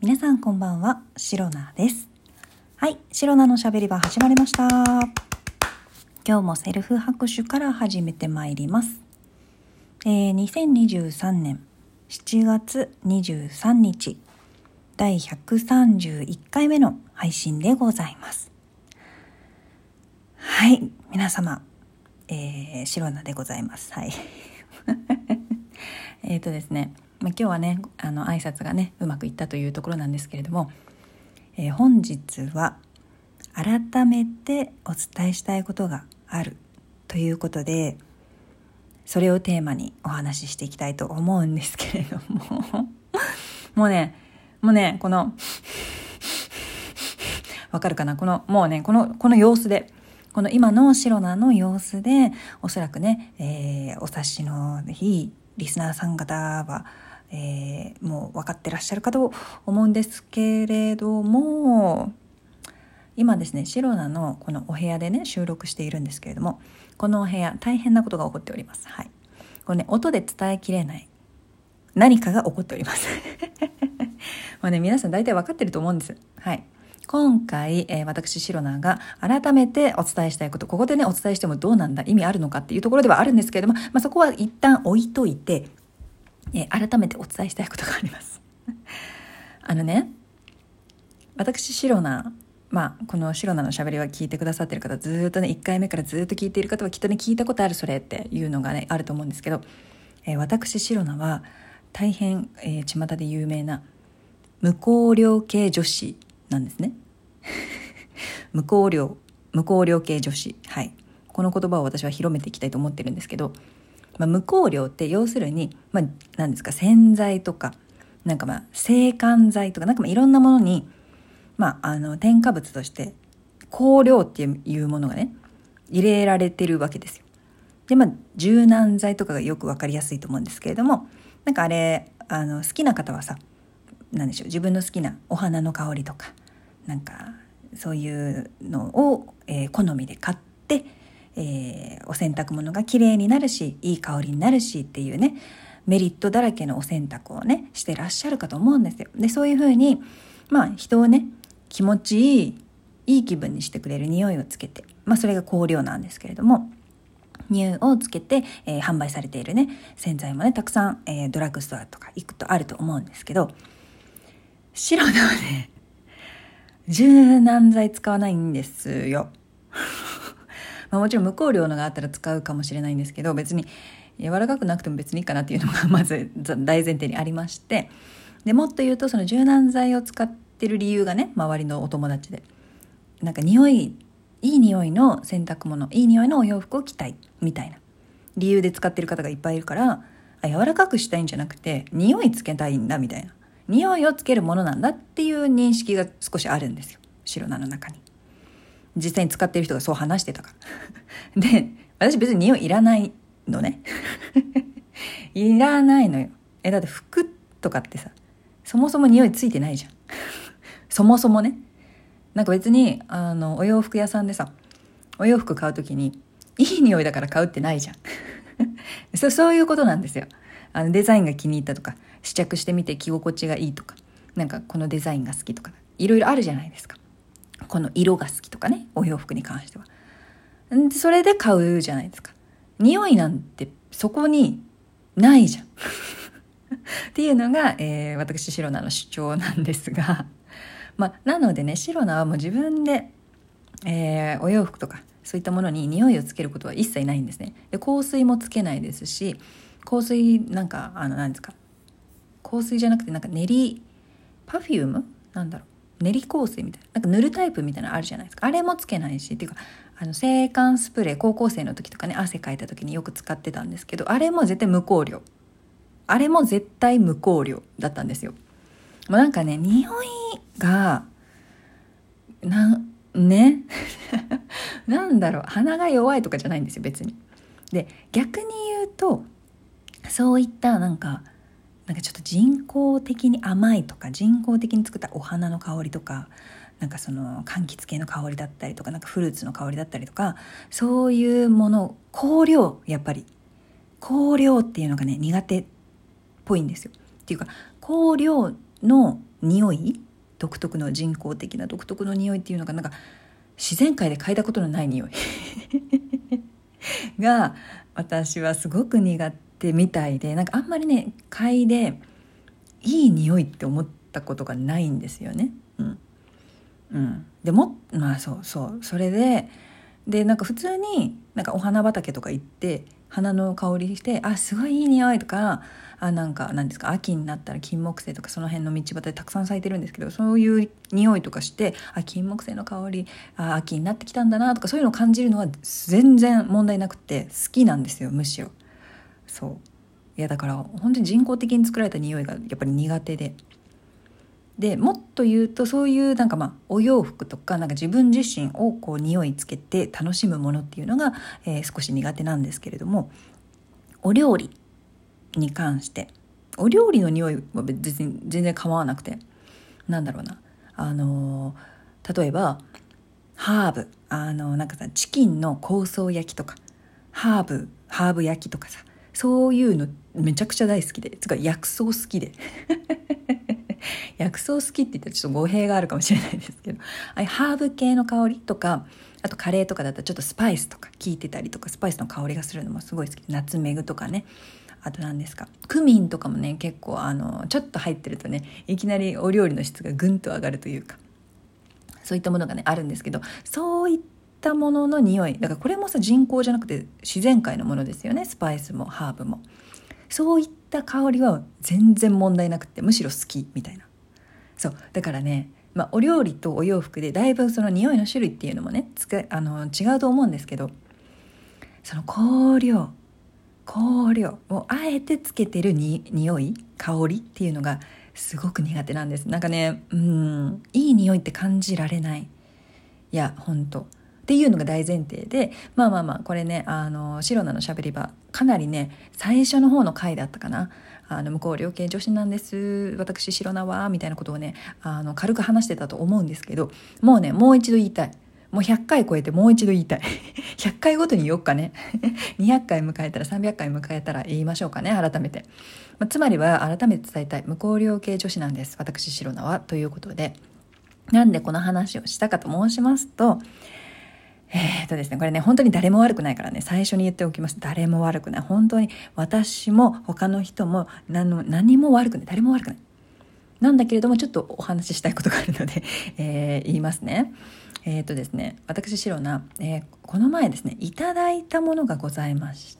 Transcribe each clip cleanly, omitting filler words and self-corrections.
皆さんこんばんは、シロナです。はい、シロナのしゃべり場始まりました。今日もセルフ拍手から始めてまいります。2023年7月23日第131回目の配信でございます。はい、皆様、シロナでございます。はいですね、今日はね挨拶がねうまくいったというところなんですけれども、本日は改めてお伝えしたいことがあるということで、それをテーマにお話ししていきたいと思うんですけれどももうねこのわかるかな、この様子で、この今のシロナの様子でおそらくね、お察しのいいリスナーさん方は、もう分かってらっしゃるかと思うんですけれども、今ですねシロナのこのお部屋でね収録しているんですけれども、このお部屋大変なことが起こっております。はい、これね音で伝えきれない何かが起こっておりますもうね皆さん大体分かってると思うんです。はい、今回、私シロナが改めてお伝えしたいこと、ここでねお伝えしてもどうなんだ、意味あるのかっていうところではあるんですけれども、そこは一旦置いといて、改めてお伝えしたいことがあります私シロナ、このシロナのしゃべりは聞いてくださってる方、ずっとね1回目からずっと聞いている方はきっとね聞いたことあるそれっていうのがねあると思うんですけど、私シロナは大変、巷で有名な無香料系女子なんですね無香料系女子、はい、この言葉を私は広めていきたいと思ってるんですけど、無香料って要するに、何ですか、洗剤とか制汗剤とかいろんなものに、添加物として香料っていうものがね入れられてるわけですよ。で柔軟剤とかがよく分かりやすいと思うんですけれども、あれ好きな方はさ、何でしょう、自分の好きなお花の香りとかそういうのを、好みで買って、お洗濯物が綺麗になるしいい香りになるしっていうねメリットだらけのお洗濯をねしてらっしゃるかと思うんですよ。でそういうふうに人をね気持ちいい気分にしてくれる匂いをつけて、それが香料なんですけれども、匂いをつけて、販売されているね洗剤もねたくさん、ドラッグストアとか行くとあると思うんですけど、シロナはね柔軟剤使わないんですよもちろん無香料のがあったら使うかもしれないんですけど、別に柔らかくなくても別にいいかなっていうのがまず大前提にありまして、でもっと言うとその柔軟剤を使ってる理由がね、周りのお友達でいい匂いの洗濯物、いい匂いのお洋服を着たいみたいな理由で使ってる方がいっぱいいるから、柔らかくしたいんじゃなくて匂いつけたいんだみたいな、匂いをつけるものなんだっていう認識が少しあるんですよ、シロナの中に。実際に使ってる人がそう話してたからで、私別に匂いいらないのねいらないのよ。だって服とかってさ、そもそも匂いついてないじゃんそもそもね、別にお洋服屋さんでさ、お洋服買うときにいい匂いだから買うってないじゃんそういうことなんですよ。デザインが気に入ったとか、試着してみて着心地がいいとか、このデザインが好きとかいろいろあるじゃないですか。この色が好きとかね、お洋服に関しては。それで買うじゃないですか。匂いなんてそこにないじゃんっていうのが、私シロナの主張なんですが、なのでね、シロナはもう自分で、お洋服とかそういったものに匂いをつけることは一切ないんですね。で香水もつけないですし、香水何ですか、香水じゃなくて練りパフューム練り香水みたいな、塗るタイプみたいなのあるじゃないですか。あれもつけないし、っていうか制汗スプレー、高校生の時とかね汗かいた時によく使ってたんですけど、あれも絶対無香料、あれも絶対無香料だったんですよ。もう匂いが鼻が弱いとかじゃないんですよ別に。で逆に言うと、そういったちょっと人工的に甘いとか、人工的に作ったお花の香りとか、その柑橘系の香りだったりとか、フルーツの香りだったりとか、そういうもの、やっぱり香料っていうのがね苦手っぽいんですよ。っていうか香料の匂い、独特の人工的な独特の匂いっていうのがなんか自然界で嗅いだことのない匂いが私はすごく苦手みたいで、なんかあんまりね嗅いでいい匂いって思ったことがないんですよね。でもまあそれでなんか普通になんかお花畑とか行って花の香りしてすごいいい匂いとか、なんか何ですか、秋になったら金木犀とかその辺の道端でたくさん咲いてるんですけど、そういう匂いとかして金木犀の香り秋になってきたんだなとか、そういうのを感じるのは全然問題なくて好きなんですよ、むしろ。そういやだから本当に人工的に作られた匂いがやっぱり苦手でもっと言うと、そういうなんかお洋服とかなんか自分自身をこう匂いつけて楽しむものっていうのが、少し苦手なんですけれども、お料理に関してお料理の匂いは別に全然構わなくて、なんだろうな、例えばハーブ、なんかさチキンの香草焼きとかハーブ焼きとかさ、そういうのめちゃくちゃ大好きで、つか薬草好きで薬草好きって言ったらちょっと語弊があるかもしれないですけど、ハーブ系の香りとか、あとカレーとかだったらちょっとスパイスとか効いてたりとか、スパイスの香りがするのもすごい好きで、ナツメグとかね、あと何ですか、クミンとかもね結構ちょっと入ってるとねいきなりお料理の質がぐんと上がるというか、そういったものがねあるんですけど、そういったものの匂いだから、これもさ人工じゃなくて自然界のものですよね。スパイスもハーブもそういった香りは全然問題なくて、むしろ好きみたいな。そうだからね、お料理とお洋服でだいぶその匂いの種類っていうのもね違うと思うんですけど、その香料をあえてつけてる匂い香りっていうのがすごく苦手なんです。なんかねいい匂いって感じられない、いや本当っていうのが大前提で、これねシロナのしゃべり場かなりね最初の方の回だったかな、向こう両系女子なんです私シロナはみたいなことをね軽く話してたと思うんですけど、もう一度言いたい、もう100回超えてもう一度言いたい100回ごとに言おっかね200回迎えたら300回迎えたら言いましょうかね、改めて、つまりは改めて伝えたい、向こう両系女子なんです私シロナはということで、なんでこの話をしたかと申しますと、ですね、これね本当に誰も悪くないからね、最初に言っておきます。誰も悪くない、本当に私も他の人も何も悪くない、誰も悪くないなんだけれども、ちょっとお話ししたいことがあるので、言いますね。ですね、私シロナ、この前ですねいただいたものがございまして、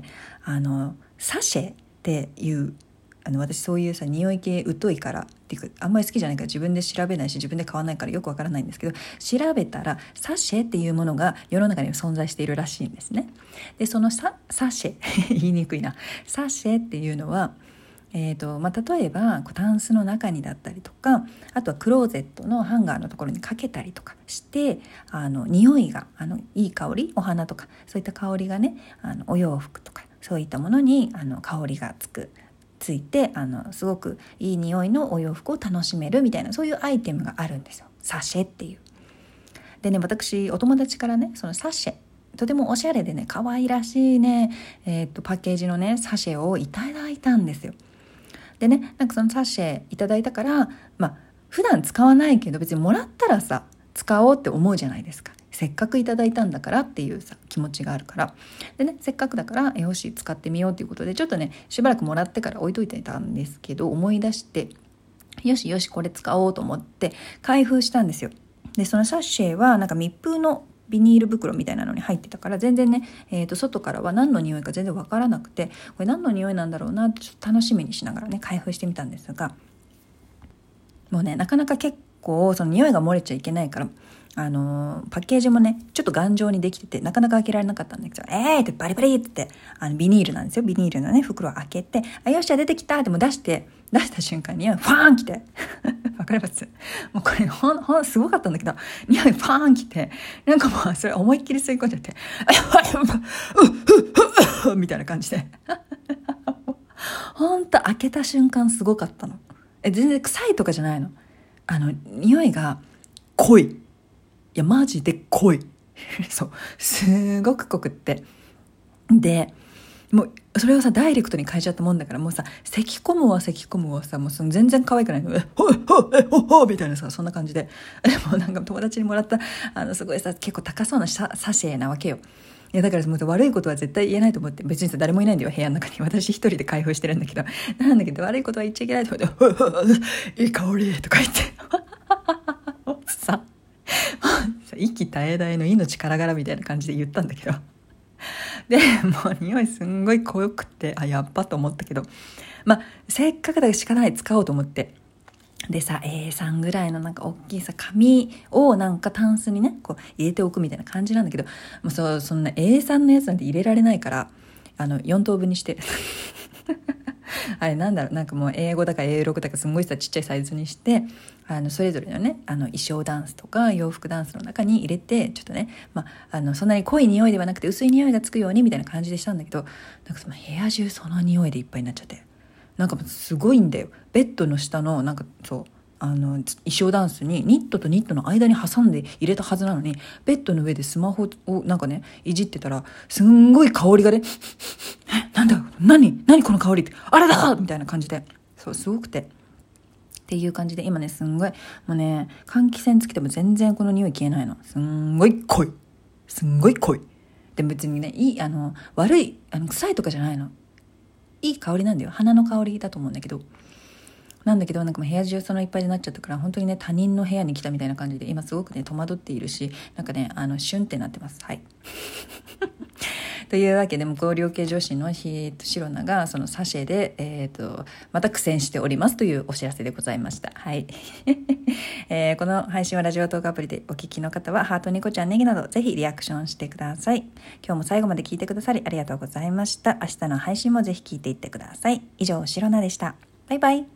サシェっていう私そういうさ匂い系疎いからっていうか、あんまり好きじゃないから自分で調べないし自分で買わないからよくわからないんですけど、調べたらサシェっていうものが世の中に存在しているらしいんですね。でそのサシェ言いにくいな、サシェっていうのは例えばタンスの中にだったりとか、あとはクローゼットのハンガーのところにかけたりとかして匂いがいい香り、お花とかそういった香りがねお洋服とかそういったものに香りがついてすごくいい匂いのお洋服を楽しめるみたいな、そういうアイテムがあるんですよ、サシェっていう。でね、私お友達からねそのサシェとてもおしゃれでね可愛らしいね、パッケージのねサシェをいただいたんですよ。でね、なんかそのサシェいただいたから、普段使わないけど別にもらったらさ使おうって思うじゃないですか。せっかくいただいたんだからっていうさ気持ちがあるから。でね、せっかくだからよし使ってみようということで、ちょっとねしばらくもらってから置いといてたんですけど、思い出してよしこれ使おうと思って開封したんですよ。でそのサッシェはなんか密封のビニール袋みたいなのに入ってたから、全然ね、外からは何の匂いか全然わからなくて、これ何の匂いなんだろうなってちょっと楽しみにしながらね開封してみたんですが、もうねなかなか結構その匂いが漏れちゃいけないから、パッケージもねちょっと頑丈にできててなかなか開けられなかったんだけど、ってバリバリってビニールなんですよ。ビニールのね袋を開けて、よっしゃ出てきたってもう出した瞬間にファーン来てわかります？もうこれすごかったんだけど、匂いファーン来て、なんかもうそれ思いっきり吸い込んじゃってみたいな感じでほんと開けた瞬間すごかったの。全然臭いとかじゃないの。匂いが濃い。いやマジで濃いそうすごく濃くって、でもうそれをさダイレクトに変えちゃったもんだから、もうさ咳込むわさ、もうその全然可愛くないの、ほいほいほいほいみたいなさ、そんな感じで、でもなんか友達にもらったすごいさ結構高そうなサシェなわけよ。いやだからもう悪いことは絶対言えないと思って、別にさ誰もいないんだよ部屋の中に、私一人で開封してるんだけど、なんだけど悪いことは言っちゃいけないと思っていい香りとか言ってさ息絶え絶えの命からがらみたいな感じで言ったんだけど、でもう匂いすんごい濃くて、やっぱと思ったけど、まあせっかくだから仕方ない使おうと思って、でさ A3 ぐらいのなんか大きいさ紙をなんかタンスにねこう入れておくみたいな感じなんだけど、もうそんな A3 のやつなんて入れられないから、4等分にしてあれなんだろう、なんかもう英語だか A6 だかすごいさちっちゃいサイズにして、それぞれのね衣装ダンスとか洋服ダンスの中に入れて、ちょっとね、そんなに濃い匂いではなくて薄い匂いがつくようにみたいな感じでしたんだけど、なんかその部屋中その匂いでいっぱいになっちゃって、なんかすごいんだよ。ベッドの下のなんかそう衣装ダンスにニットとニットの間に挟んで入れたはずなのに、ベッドの上でスマホをなんかねいじってたら、すんごい香りがねなんだ何この香りって、あれだみたいな感じで、そうすごくてっていう感じで、今ねすんごいもうね換気扇つけても全然この匂い消えないの。すんごい濃いで、別にね悪い臭いとかじゃないの、いい香りなんだよ。花の香りだと思うんだけど、なんかもう部屋中そのいっぱいになっちゃったから、本当にね他人の部屋に来たみたいな感じで、今すごくね戸惑っているし、なんかねシュンってなってます。はいというわけで、向こう両家女子のシロナがそのサシェで、また苦戦しておりますというお知らせでございました。はい、この配信はラジオトークアプリでお聞きの方はハート、ニコちゃん、ネギなどぜひリアクションしてください。今日も最後まで聞いてくださりありがとうございました。明日の配信もぜひ聞いていってください。以上、シロナでした。バイバイ。